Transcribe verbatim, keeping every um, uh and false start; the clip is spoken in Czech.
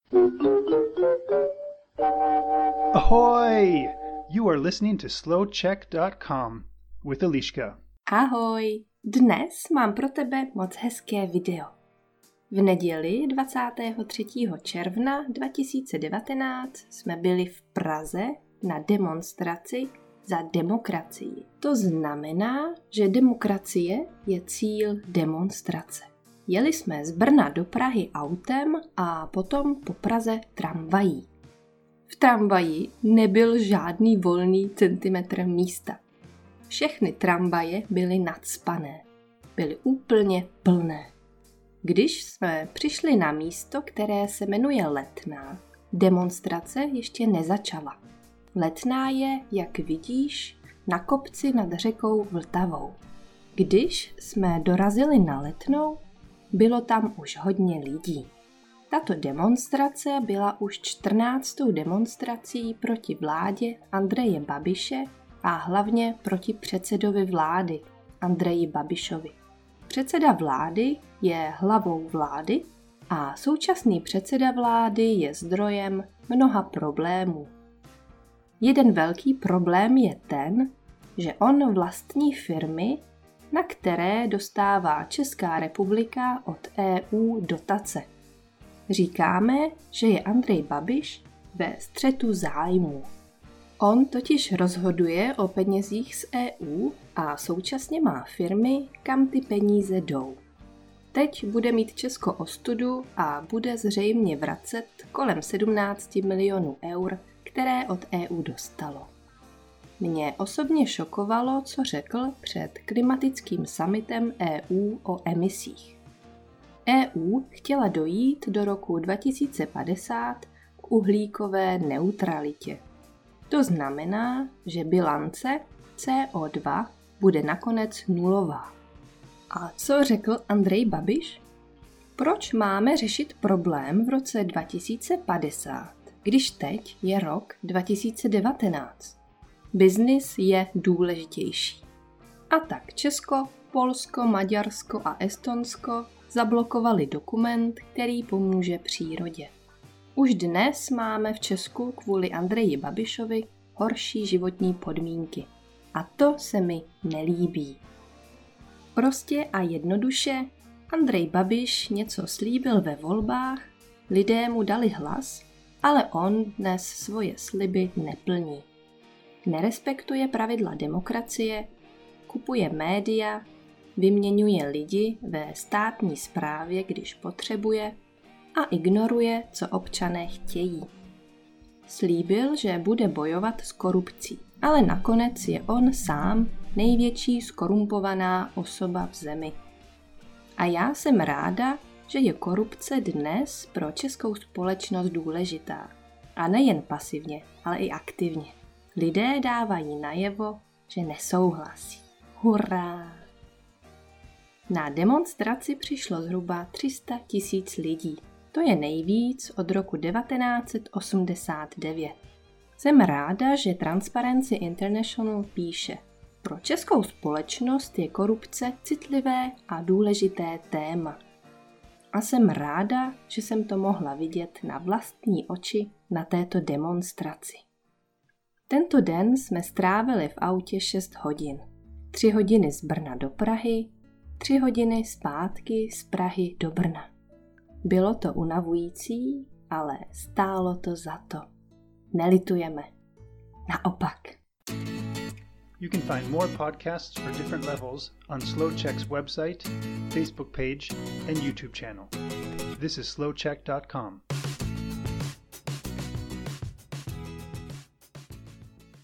Ahoy! You are listening to slow check dot com with Eliška. Ahoj! Dnes mám pro tebe moc hezké video. V neděli dvacátého třetího června dva tisíce devatenáct jsme byli v Praze na demonstraci za demokracii. To znamená, že demokracie je cíl demonstrace. Jeli jsme z Brna do Prahy autem a potom po Praze tramvají. V tramvaji nebyl žádný volný centimetr místa. Všechny tramvaje byly nacpané. Byly úplně plné. Když jsme přišli na místo, které se jmenuje Letná, demonstrace ještě nezačala. Letná je, jak vidíš, na kopci nad řekou Vltavou. Když jsme dorazili na Letnou, bylo tam už hodně lidí. Tato demonstrace byla už čtrnáctou demonstrací proti vládě Andreje Babiše a hlavně proti předsedovi vlády Andreji Babišovi. Předseda vlády je hlavou vlády a současný předseda vlády je zdrojem mnoha problémů. Jeden velký problém je ten, že on vlastní firmy, na které dostává Česká republika od E U dotace. Říkáme, že je Andrej Babiš ve střetu zájmů. On totiž rozhoduje o penězích z E U a současně má firmy, kam ty peníze jdou. Teď bude mít Česko ostudu a bude zřejmě vracet kolem sedmnáct milionů eur, které od E U dostalo. Mě osobně šokovalo, co řekl před klimatickým summitem E U o emisích. E U chtěla dojít do roku dva tisíce padesát k uhlíkové neutralitě. To znamená, že bilance C O dva bude nakonec nulová. A co řekl Andrej Babiš? Proč máme řešit problém v roce dva tisíce padesát, když teď je rok dva tisíce devatenáct? Biznis je důležitější. A tak Česko, Polsko, Maďarsko a Estonsko zablokovali dokument, který pomůže přírodě. Už dnes máme v Česku kvůli Andreji Babišovi horší životní podmínky. A to se mi nelíbí. Prostě a jednoduše Andrej Babiš něco slíbil ve volbách, lidé mu dali hlas, ale on dnes svoje sliby neplní. Nerespektuje pravidla demokracie, kupuje média, vyměňuje lidi ve státní správě, když potřebuje, a ignoruje, co občané chtějí. Slíbil, že bude bojovat s korupcí, ale nakonec je on sám největší skorumpovaná osoba v zemi. A já jsem ráda, že je korupce dnes pro českou společnost důležitá. A nejen pasivně, ale i aktivně. Lidé dávají najevo, že nesouhlasí. Hurá! Na demonstraci přišlo zhruba tři sta tisíc lidí. To je nejvíc od roku devatenáct set osmdesát devět. Jsem ráda, že Transparency International píše: pro českou společnost je korupce citlivé a důležité téma. A jsem ráda, že jsem to mohla vidět na vlastní oči na této demonstraci. Tento den jsme strávili v autě šest hodin. Tři hodiny z Brna do Prahy, tři hodiny zpátky z Prahy do Brna. Bylo to unavující, ale stálo to za to. Nelitujeme. Naopak. You can find more podcasts for different levels on SlowCheck's website, Facebook page, and YouTube channel. This is slow check dot com.